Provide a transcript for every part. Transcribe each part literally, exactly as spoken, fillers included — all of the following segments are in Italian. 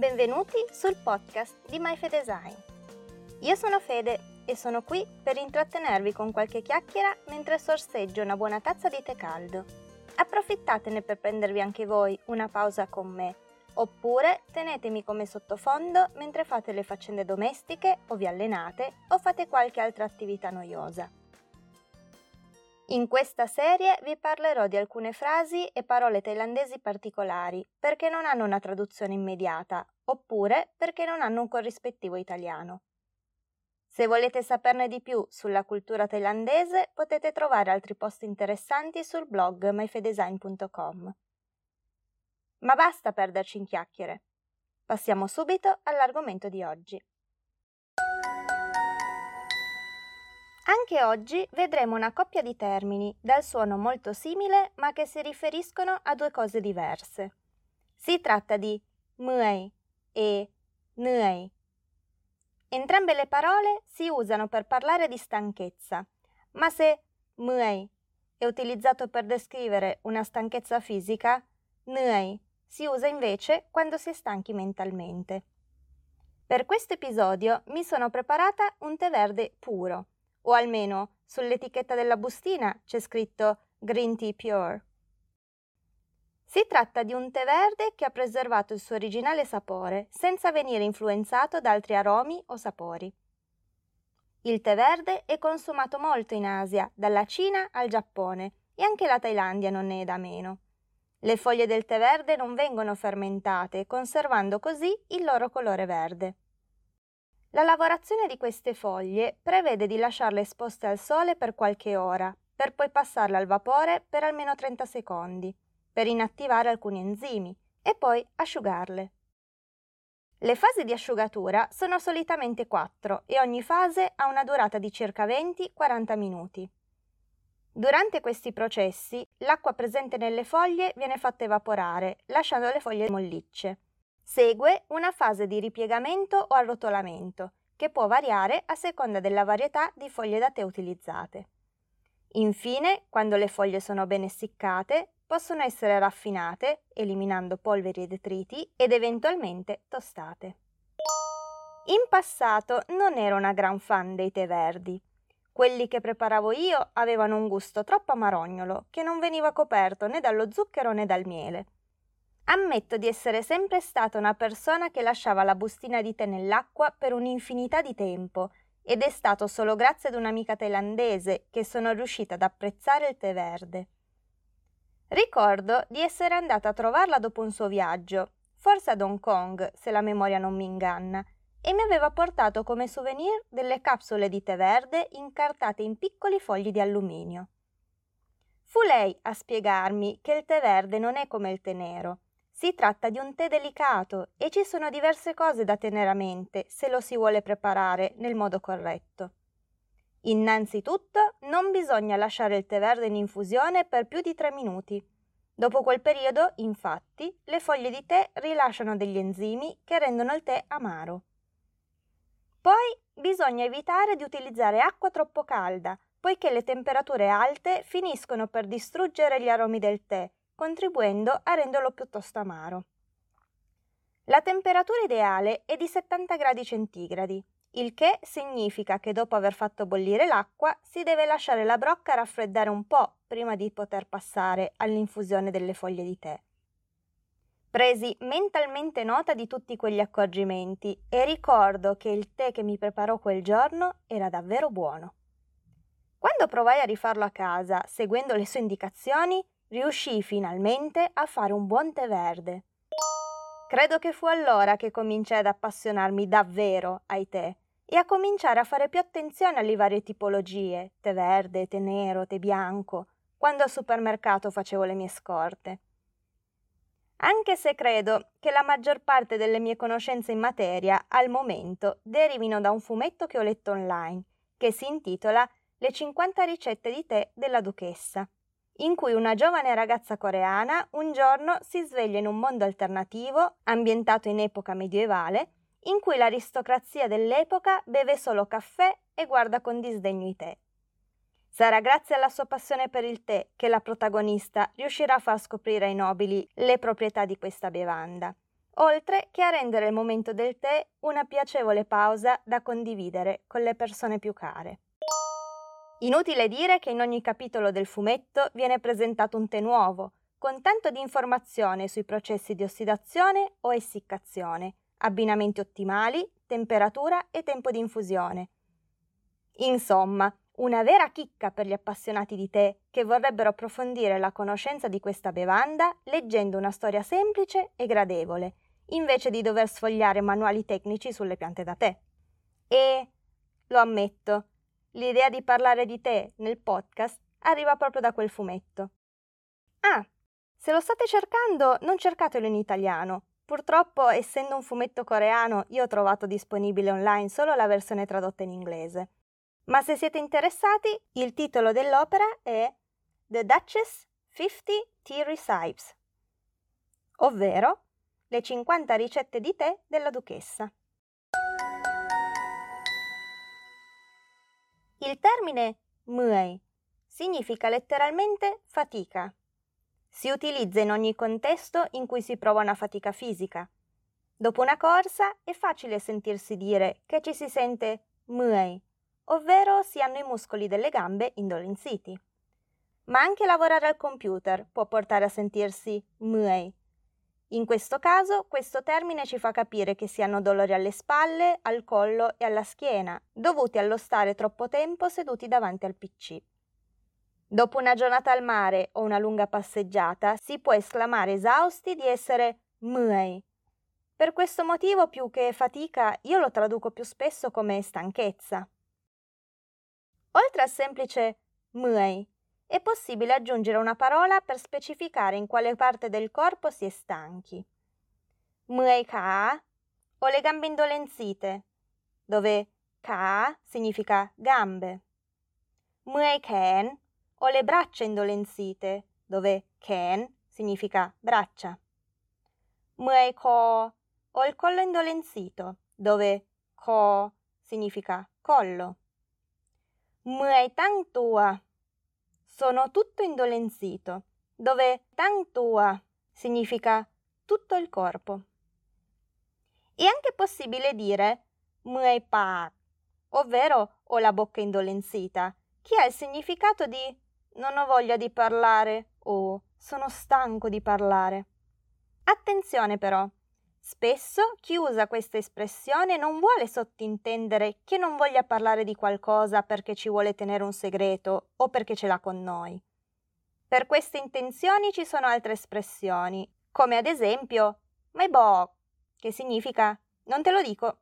Benvenuti sul podcast di MyFedesign. Io sono Fede e sono qui per intrattenervi con qualche chiacchiera mentre sorseggio una buona tazza di tè caldo. Approfittatene per prendervi anche voi una pausa con me, oppure tenetemi come sottofondo mentre fate le faccende domestiche o vi allenate o fate qualche altra attività noiosa. In questa serie vi parlerò di alcune frasi e parole thailandesi particolari perché non hanno una traduzione immediata, oppure perché non hanno un corrispettivo italiano. Se volete saperne di più sulla cultura thailandese, potete trovare altri post interessanti sul blog my fedesign punto com. Ma basta perderci in chiacchiere. Passiamo subito all'argomento di oggi. Anche oggi vedremo una coppia di termini dal suono molto simile ma che si riferiscono a due cose diverse. Si tratta di muay e nuay. Entrambe le parole si usano per parlare di stanchezza, ma se muay è utilizzato per descrivere una stanchezza fisica, nuay si usa invece quando si è stanchi mentalmente. Per questo episodio mi sono preparata un tè verde puro, o almeno sull'etichetta della bustina c'è scritto Green Tea Pure. Si tratta di un tè verde che ha preservato il suo originale sapore senza venire influenzato da altri aromi o sapori. Il tè verde è consumato molto in Asia, dalla Cina al Giappone, e anche la Thailandia non ne è da meno. Le foglie del tè verde non vengono fermentate, conservando così il loro colore verde. La lavorazione di queste foglie prevede di lasciarle esposte al sole per qualche ora, per poi passarle al vapore per almeno trenta secondi, per inattivare alcuni enzimi, e poi asciugarle. Le fasi di asciugatura sono solitamente quattro e ogni fase ha una durata di circa venti quaranta minuti. Durante questi processi, l'acqua presente nelle foglie viene fatta evaporare, lasciando le foglie mollicce. Segue una fase di ripiegamento o arrotolamento, che può variare a seconda della varietà di foglie da tè utilizzate. Infine, quando le foglie sono ben essiccate, possono essere raffinate, eliminando polveri e detriti, ed eventualmente tostate. In passato non ero una gran fan dei tè verdi. Quelli che preparavo io avevano un gusto troppo amarognolo, che non veniva coperto né dallo zucchero né dal miele. Ammetto di essere sempre stata una persona che lasciava la bustina di tè nell'acqua per un'infinità di tempo, ed è stato solo grazie ad un'amica thailandese che sono riuscita ad apprezzare il tè verde. Ricordo di essere andata a trovarla dopo un suo viaggio, forse ad Hong Kong, se la memoria non mi inganna, e mi aveva portato come souvenir delle capsule di tè verde incartate in piccoli fogli di alluminio. Fu lei a spiegarmi che il tè verde non è come il tè nero. Si tratta di un tè delicato e ci sono diverse cose da tenere a mente se lo si vuole preparare nel modo corretto. Innanzitutto, non bisogna lasciare il tè verde in infusione per più di tre minuti. Dopo quel periodo, infatti, le foglie di tè rilasciano degli enzimi che rendono il tè amaro. Poi bisogna evitare di utilizzare acqua troppo calda, poiché le temperature alte finiscono per distruggere gli aromi del tè, contribuendo a renderlo piuttosto amaro. La temperatura ideale è di settanta gradi centigradi, il che significa che dopo aver fatto bollire l'acqua si deve lasciare la brocca raffreddare un po' prima di poter passare all'infusione delle foglie di tè. Presi mentalmente nota di tutti quegli accorgimenti e ricordo che il tè che mi preparò quel giorno era davvero buono. Quando provai a rifarlo a casa, seguendo le sue indicazioni, riuscii finalmente a fare un buon tè verde. Credo che fu allora che cominciai ad appassionarmi davvero ai tè e a cominciare a fare più attenzione alle varie tipologie, tè verde, tè nero, tè bianco, quando al supermercato facevo le mie scorte. Anche se credo che la maggior parte delle mie conoscenze in materia al momento derivino da un fumetto che ho letto online, che si intitola Le cinquanta ricette di tè della duchessa, in cui una giovane ragazza coreana un giorno si sveglia in un mondo alternativo, ambientato in epoca medievale, in cui l'aristocrazia dell'epoca beve solo caffè e guarda con disdegno i tè. Sarà grazie alla sua passione per il tè che la protagonista riuscirà a far scoprire ai nobili le proprietà di questa bevanda, oltre che a rendere il momento del tè una piacevole pausa da condividere con le persone più care. Inutile dire che in ogni capitolo del fumetto viene presentato un tè nuovo, con tanto di informazione sui processi di ossidazione o essiccazione, abbinamenti ottimali, temperatura e tempo di infusione. Insomma, una vera chicca per gli appassionati di tè che vorrebbero approfondire la conoscenza di questa bevanda leggendo una storia semplice e gradevole, invece di dover sfogliare manuali tecnici sulle piante da tè. E, lo ammetto, l'idea di parlare di tè nel podcast arriva proprio da quel fumetto. Ah, se lo state cercando, non cercatelo in italiano. Purtroppo, essendo un fumetto coreano, io ho trovato disponibile online solo la versione tradotta in inglese. Ma se siete interessati, il titolo dell'opera è The Duchess fifty Tea Recipes, ovvero le cinquanta ricette di tè della duchessa. Il termine muey significa letteralmente fatica. Si utilizza in ogni contesto in cui si prova una fatica fisica. Dopo una corsa è facile sentirsi dire che ci si sente muey, ovvero si hanno i muscoli delle gambe indolenziti. Ma anche lavorare al computer può portare a sentirsi muey. In questo caso, questo termine ci fa capire che si hanno dolori alle spalle, al collo e alla schiena, dovuti allo stare troppo tempo seduti davanti al P C. Dopo una giornata al mare o una lunga passeggiata, si può esclamare esausti di essere muey. Per questo motivo, più che fatica, io lo traduco più spesso come stanchezza. Oltre al semplice muey, è possibile aggiungere una parola per specificare in quale parte del corpo si è stanchi. Muey ka o le gambe indolenzite, dove ka significa gambe. Muey ken o le braccia indolenzite, dove ken significa braccia. Muey ko o il collo indolenzito, dove ko significa collo. Muey tang tua, sono tutto indolenzito, dove tang tua significa tutto il corpo. È anche possibile dire muey pak, ovvero ho la bocca indolenzita, che ha il significato di non ho voglia di parlare o sono stanco di parlare. Attenzione però, spesso chi usa questa espressione non vuole sottintendere che non voglia parlare di qualcosa perché ci vuole tenere un segreto o perché ce l'ha con noi. Per queste intenzioni ci sono altre espressioni, come ad esempio mai bok, che significa non te lo dico.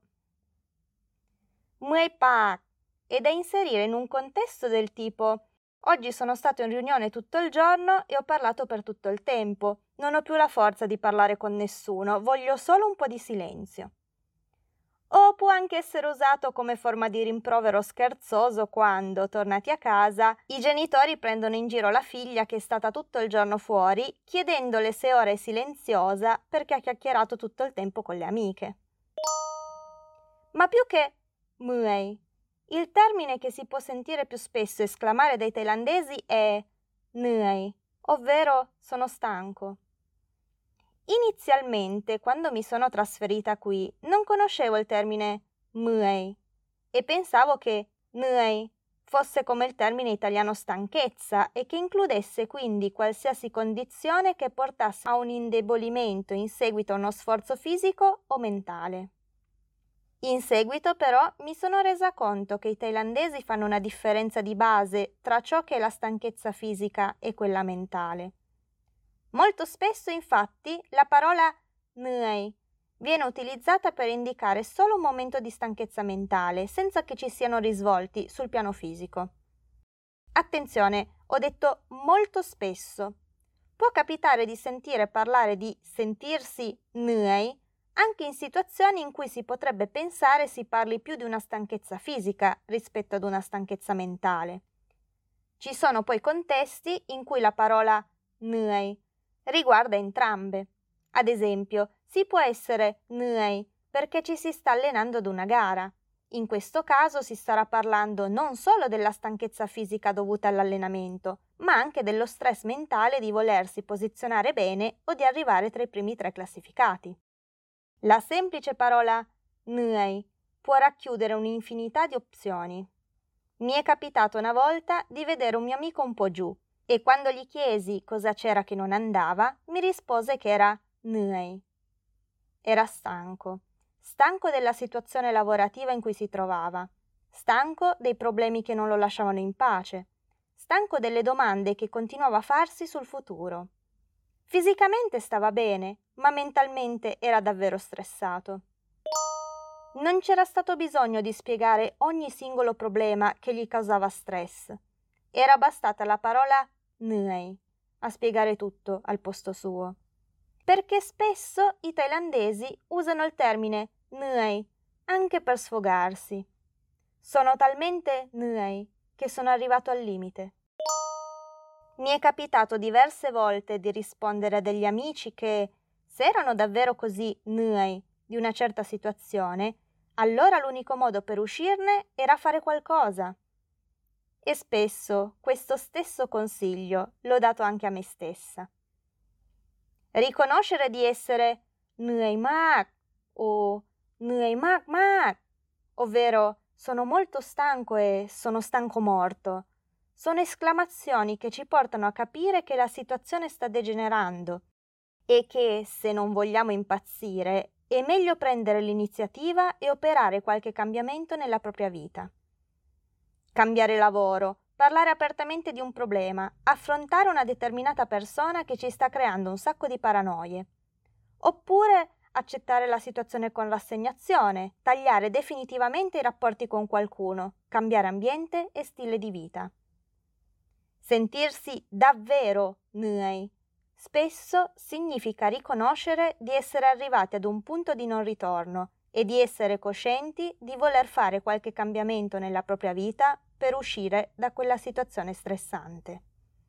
Muey pak è da inserire in un contesto del tipo oggi sono stato in riunione tutto il giorno e ho parlato per tutto il tempo. Non ho più la forza di parlare con nessuno, voglio solo un po' di silenzio. O può anche essere usato come forma di rimprovero scherzoso quando, tornati a casa, i genitori prendono in giro la figlia che è stata tutto il giorno fuori, chiedendole se ora è silenziosa perché ha chiacchierato tutto il tempo con le amiche. Ma più che muey, il termine che si può sentire più spesso esclamare dai thailandesi è nuey, ovvero sono stanco. Inizialmente, quando mi sono trasferita qui, non conoscevo il termine muey e pensavo che nuey fosse come il termine italiano stanchezza e che includesse quindi qualsiasi condizione che portasse a un indebolimento in seguito a uno sforzo fisico o mentale. In seguito però mi sono resa conto che i thailandesi fanno una differenza di base tra ciò che è la stanchezza fisica e quella mentale. Molto spesso infatti la parola nuey viene utilizzata per indicare solo un momento di stanchezza mentale senza che ci siano risvolti sul piano fisico. Attenzione, ho detto molto spesso. Può capitare di sentire parlare di sentirsi nuey anche in situazioni in cui si potrebbe pensare si parli più di una stanchezza fisica rispetto ad una stanchezza mentale. Ci sono poi contesti in cui la parola nuey riguarda entrambe. Ad esempio, si può essere nuey perché ci si sta allenando ad una gara. In questo caso si starà parlando non solo della stanchezza fisica dovuta all'allenamento, ma anche dello stress mentale di volersi posizionare bene o di arrivare tra i primi tre classificati. La semplice parola "nui" può racchiudere un'infinità di opzioni. Mi è capitato una volta di vedere un mio amico un po' giù e quando gli chiesi cosa c'era che non andava, mi rispose che era "nui". Era stanco, stanco della situazione lavorativa in cui si trovava, stanco dei problemi che non lo lasciavano in pace, stanco delle domande che continuava a farsi sul futuro. Fisicamente stava bene, ma mentalmente era davvero stressato. Non c'era stato bisogno di spiegare ogni singolo problema che gli causava stress. Era bastata la parola "nui" a spiegare tutto al posto suo. Perché spesso i thailandesi usano il termine "nui" anche per sfogarsi. Sono talmente "nui" che sono arrivato al limite. Mi è capitato diverse volte di rispondere a degli amici che, se erano davvero così "nui" di una certa situazione, allora l'unico modo per uscirne era fare qualcosa. E spesso questo stesso consiglio l'ho dato anche a me stessa. Riconoscere di essere "nui mak" o "nui mak mak", ovvero sono molto stanco e sono stanco morto, sono esclamazioni che ci portano a capire che la situazione sta degenerando e che, se non vogliamo impazzire, è meglio prendere l'iniziativa e operare qualche cambiamento nella propria vita. Cambiare lavoro, parlare apertamente di un problema, affrontare una determinata persona che ci sta creando un sacco di paranoie. Oppure accettare la situazione con rassegnazione, tagliare definitivamente i rapporti con qualcuno, cambiare ambiente e stile di vita. Sentirsi davvero "nui" spesso significa riconoscere di essere arrivati ad un punto di non ritorno e di essere coscienti di voler fare qualche cambiamento nella propria vita per uscire da quella situazione stressante.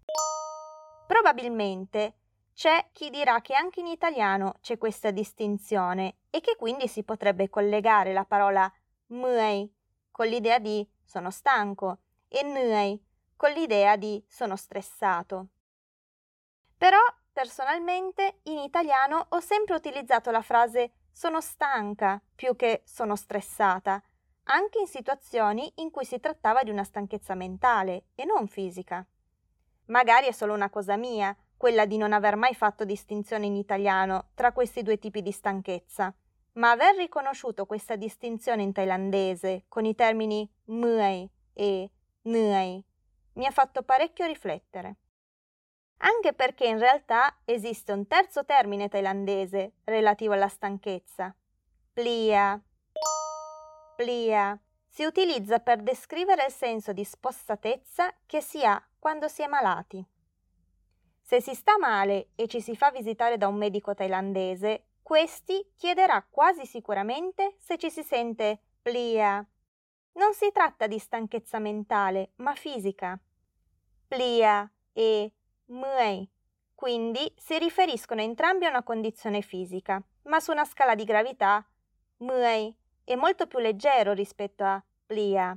Probabilmente c'è chi dirà che anche in italiano c'è questa distinzione e che quindi si potrebbe collegare la parola "mui" con l'idea di sono stanco e "nui" con l'idea di sono stressato. Però, personalmente, in italiano ho sempre utilizzato la frase sono stanca più che sono stressata, anche in situazioni in cui si trattava di una stanchezza mentale e non fisica. Magari è solo una cosa mia, quella di non aver mai fatto distinzione in italiano tra questi due tipi di stanchezza, ma aver riconosciuto questa distinzione in thailandese con i termini "mui" e "nui" mi ha fatto parecchio riflettere. Anche perché in realtà esiste un terzo termine thailandese relativo alla stanchezza, plia. Plia si utilizza per descrivere il senso di spossatezza che si ha quando si è malati. Se si sta male e ci si fa visitare da un medico thailandese, questi chiederà quasi sicuramente se ci si sente plia. Non si tratta di stanchezza mentale, ma fisica. Plia e mui, quindi si riferiscono entrambi a una condizione fisica, ma su una scala di gravità mui è molto più leggero rispetto a plia.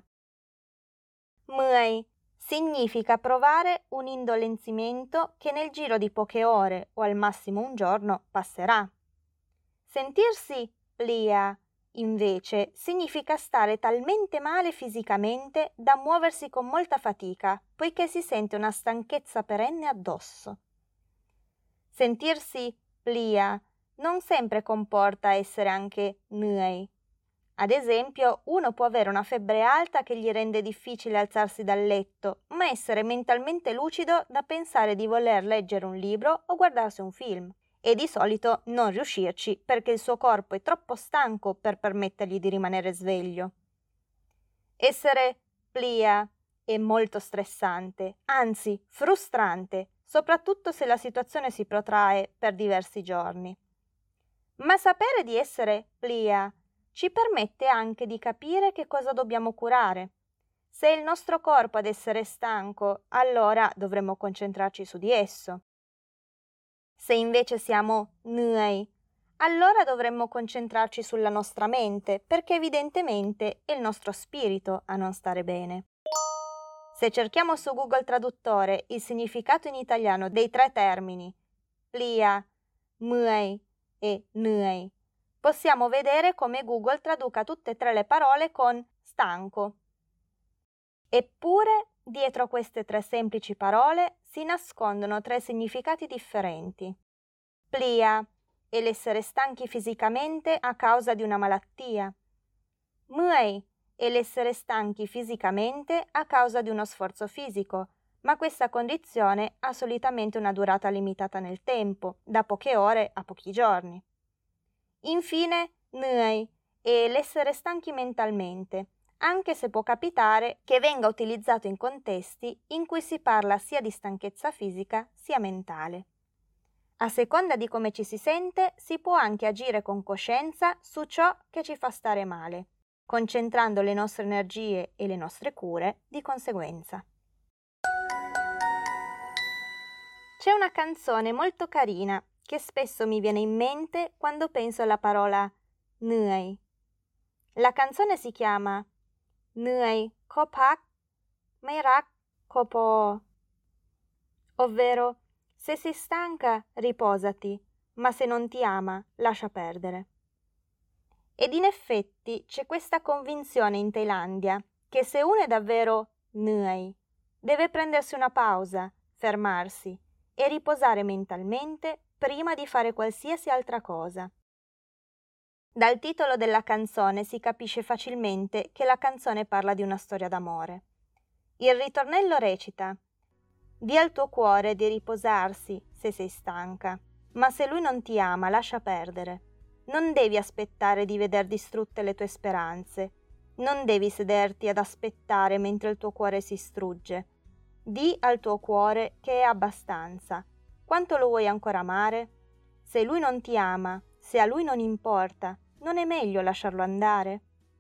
Mui significa provare un indolenzimento che nel giro di poche ore o al massimo un giorno passerà. Sentirsi plia, invece, significa stare talmente male fisicamente da muoversi con molta fatica, poiché si sente una stanchezza perenne addosso. Sentirsi plia non sempre comporta essere anche nui. Ad esempio, uno può avere una febbre alta che gli rende difficile alzarsi dal letto, ma essere mentalmente lucido da pensare di voler leggere un libro o guardarsi un film, e di solito non riuscirci perché il suo corpo è troppo stanco per permettergli di rimanere sveglio. Essere plia è molto stressante, anzi frustrante, soprattutto se la situazione si protrae per diversi giorni. Ma sapere di essere plia ci permette anche di capire che cosa dobbiamo curare. Se è il nostro corpo ad essere stanco, allora dovremmo concentrarci su di esso. Se invece siamo nui, allora dovremmo concentrarci sulla nostra mente, perché evidentemente è il nostro spirito a non stare bene. Se cerchiamo su Google Traduttore il significato in italiano dei tre termini plia, mui e nui, possiamo vedere come Google traduca tutte e tre le parole con stanco. Eppure, dietro queste tre semplici parole si nascondono tre significati differenti. Plia è l'essere stanchi fisicamente a causa di una malattia. Mui è l'essere stanchi fisicamente a causa di uno sforzo fisico, ma questa condizione ha solitamente una durata limitata nel tempo, da poche ore a pochi giorni. Infine, Nui è l'essere stanchi mentalmente, anche se può capitare che venga utilizzato in contesti in cui si parla sia di stanchezza fisica sia mentale. A seconda di come ci si sente, si può anche agire con coscienza su ciò che ci fa stare male, concentrando le nostre energie e le nostre cure di conseguenza. C'è una canzone molto carina che spesso mi viene in mente quando penso alla parola Nui. La canzone si chiama Nui ko pak mai rak ko po, ovvero se sei stanca riposati, ma se non ti ama lascia perdere. Ed in effetti c'è questa convinzione in Thailandia che se uno è davvero Nui, deve prendersi una pausa, fermarsi e riposare mentalmente prima di fare qualsiasi altra cosa. Dal titolo della canzone si capisce facilmente che la canzone parla di una storia d'amore. Il ritornello recita: di al tuo cuore di riposarsi se sei stanca, ma se lui non ti ama lascia perdere. Non devi aspettare di veder distrutte le tue speranze, non devi sederti ad aspettare mentre il tuo cuore si strugge. Di al tuo cuore che è abbastanza. Quanto lo vuoi ancora amare? Se lui non ti ama, se a lui non importa, non è meglio lasciarlo andare?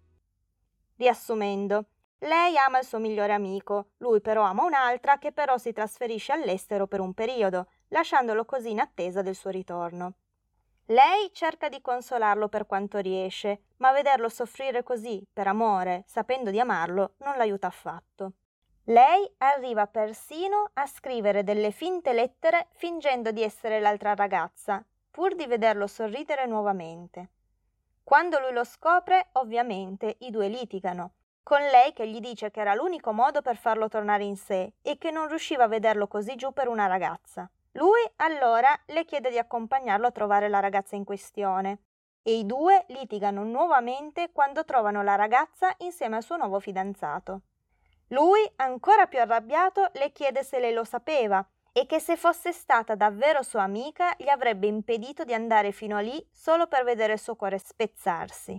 Riassumendo, lei ama il suo migliore amico, lui però ama un'altra che però si trasferisce all'estero per un periodo, lasciandolo così in attesa del suo ritorno. Lei cerca di consolarlo per quanto riesce, ma vederlo soffrire così, per amore, sapendo di amarlo, non l'aiuta affatto. Lei arriva persino a scrivere delle finte lettere fingendo di essere l'altra ragazza, pur di vederlo sorridere nuovamente. Quando lui lo scopre, ovviamente, i due litigano, con lei che gli dice che era l'unico modo per farlo tornare in sé e che non riusciva a vederlo così giù per una ragazza. Lui allora le chiede di accompagnarlo a trovare la ragazza in questione e i due litigano nuovamente quando trovano la ragazza insieme al suo nuovo fidanzato. Lui, ancora più arrabbiato, le chiede se lei lo sapeva e che se fosse stata davvero sua amica gli avrebbe impedito di andare fino a lì solo per vedere il suo cuore spezzarsi.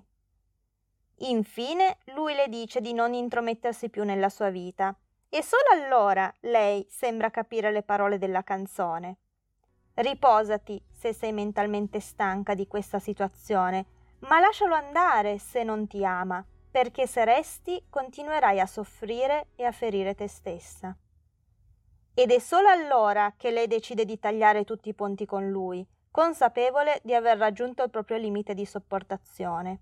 Infine lui le dice di non intromettersi più nella sua vita e solo allora lei sembra capire le parole della canzone. Riposati se sei mentalmente stanca di questa situazione, ma lascialo andare se non ti ama, perché se resti continuerai a soffrire e a ferire te stessa. Ed è solo allora che lei decide di tagliare tutti i ponti con lui, consapevole di aver raggiunto il proprio limite di sopportazione.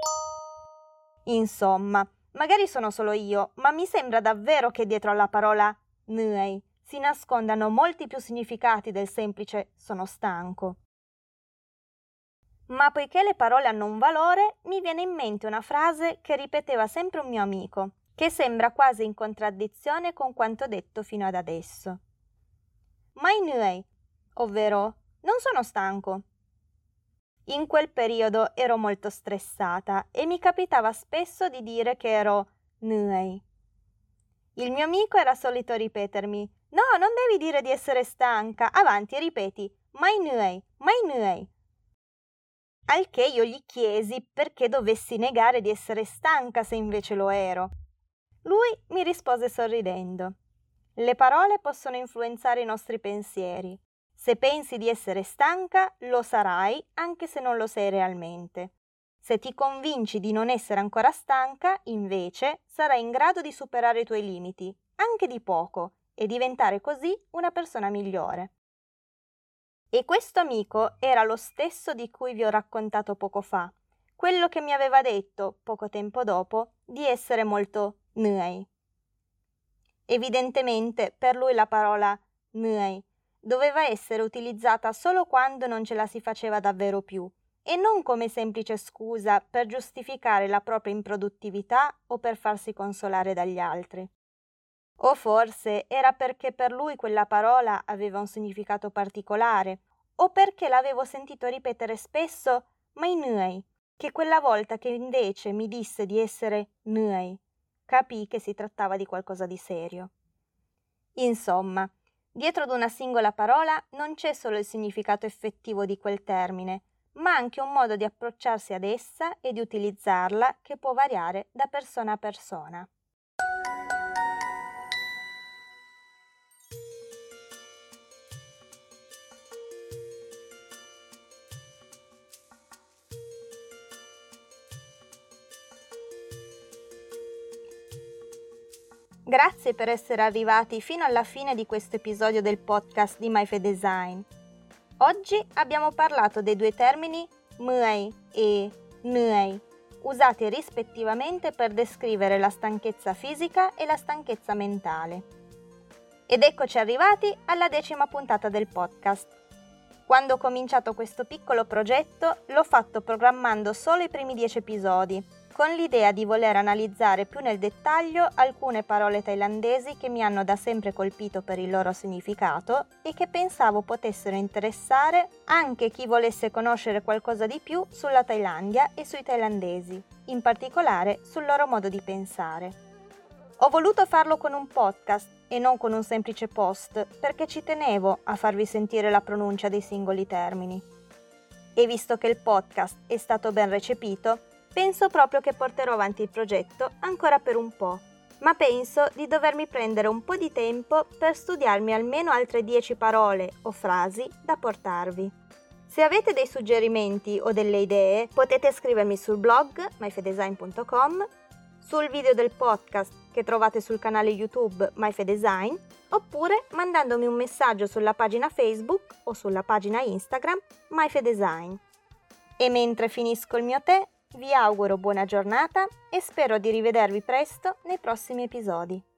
Insomma, magari sono solo io, ma mi sembra davvero che dietro alla parola Nui si nascondano molti più significati del semplice sono stanco. Ma poiché le parole hanno un valore, mi viene in mente una frase che ripeteva sempre un mio amico, che sembra quasi in contraddizione con quanto detto fino ad adesso. Mai Nui, ovvero non sono stanco. In quel periodo ero molto stressata e mi capitava spesso di dire che ero Nui. Il mio amico era solito ripetermi: no, non devi dire di essere stanca, avanti, ripeti, mai Nui, mai Nui. Al che io gli chiesi perché dovessi negare di essere stanca se invece lo ero. Lui mi rispose sorridendo: le parole possono influenzare i nostri pensieri. Se pensi di essere stanca, lo sarai anche se non lo sei realmente. Se ti convinci di non essere ancora stanca, invece, sarai in grado di superare i tuoi limiti, anche di poco, e diventare così una persona migliore. E questo amico era lo stesso di cui vi ho raccontato poco fa, quello che mi aveva detto, poco tempo dopo, di essere molto Nui. Evidentemente per lui la parola Nui doveva essere utilizzata solo quando non ce la si faceva davvero più e non come semplice scusa per giustificare la propria improduttività o per farsi consolare dagli altri. O forse era perché per lui quella parola aveva un significato particolare, o perché l'avevo sentito ripetere spesso mai nuoi, che quella volta che invece mi disse di essere nuoi, capii che si trattava di qualcosa di serio. Insomma, dietro ad una singola parola non c'è solo il significato effettivo di quel termine, ma anche un modo di approcciarsi ad essa e di utilizzarla che può variare da persona a persona. Grazie per essere arrivati fino alla fine di questo episodio del podcast di MyFeDesign. Oggi abbiamo parlato dei due termini muay e nuay, usati rispettivamente per descrivere la stanchezza fisica e la stanchezza mentale. Ed eccoci arrivati alla decima puntata del podcast. Quando ho cominciato questo piccolo progetto, l'ho fatto programmando solo i primi dieci episodi, con l'idea di voler analizzare più nel dettaglio alcune parole thailandesi che mi hanno da sempre colpito per il loro significato e che pensavo potessero interessare anche chi volesse conoscere qualcosa di più sulla Thailandia e sui thailandesi, in particolare sul loro modo di pensare. Ho voluto farlo con un podcast e non con un semplice post, perché ci tenevo a farvi sentire la pronuncia dei singoli termini. E visto che il podcast è stato ben recepito, penso proprio che porterò avanti il progetto ancora per un po', ma penso di dovermi prendere un po' di tempo per studiarmi almeno altre dieci parole o frasi da portarvi. Se avete dei suggerimenti o delle idee, potete scrivermi sul blog my fedesign punto com, sul video del podcast che trovate sul canale YouTube MyFeDesign, oppure mandandomi un messaggio sulla pagina Facebook o sulla pagina Instagram MyFeDesign. E mentre finisco il mio tè, vi auguro buona giornata e spero di rivedervi presto nei prossimi episodi.